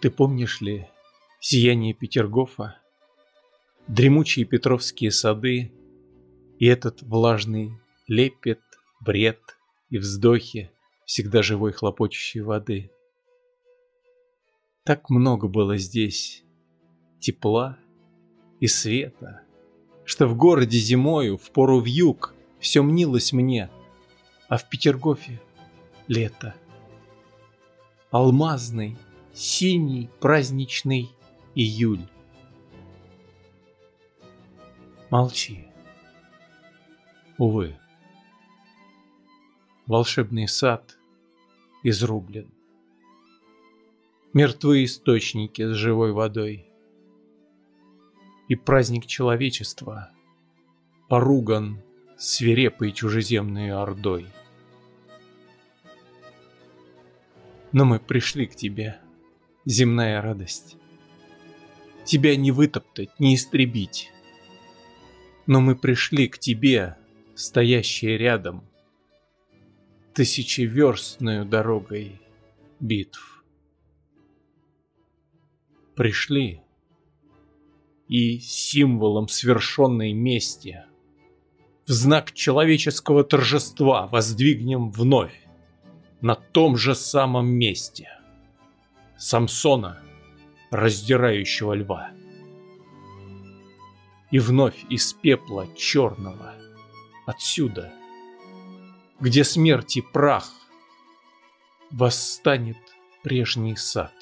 Ты помнишь ли сияние Петергофа, дремучие петровские сады и этот влажный лепет, бред и вздохи всегда живой хлопочущей воды? Так много было здесь тепла и света, что в городе зимою, впору вьюг, все мнилось мне, а в Петергофе лето. Алмазный, синий, праздничный июль. Молчи. Увы, волшебный сад изрублен. Мертвы источники с живой водой. И праздник человечества поруган свирепой чужеземной ордой. Но мы пришли к тебе, земная радость. Тебя не вытоптать, не истребить. Но мы пришли к тебе, стоящие рядом, тысячеверстною дорогой битв. Пришли, и символом свершенной мести в знак человеческого торжества воздвигнем вновь на том же самом месте Самсона, раздирающего льва. И вновь из пепла черного, отсюда, где смерти прах, восстанет прежний сад.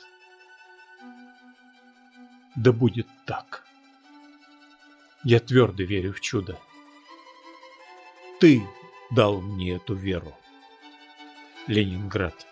Да будет так. Я твердо верю в чудо. Ты дал мне эту веру, Ленинград.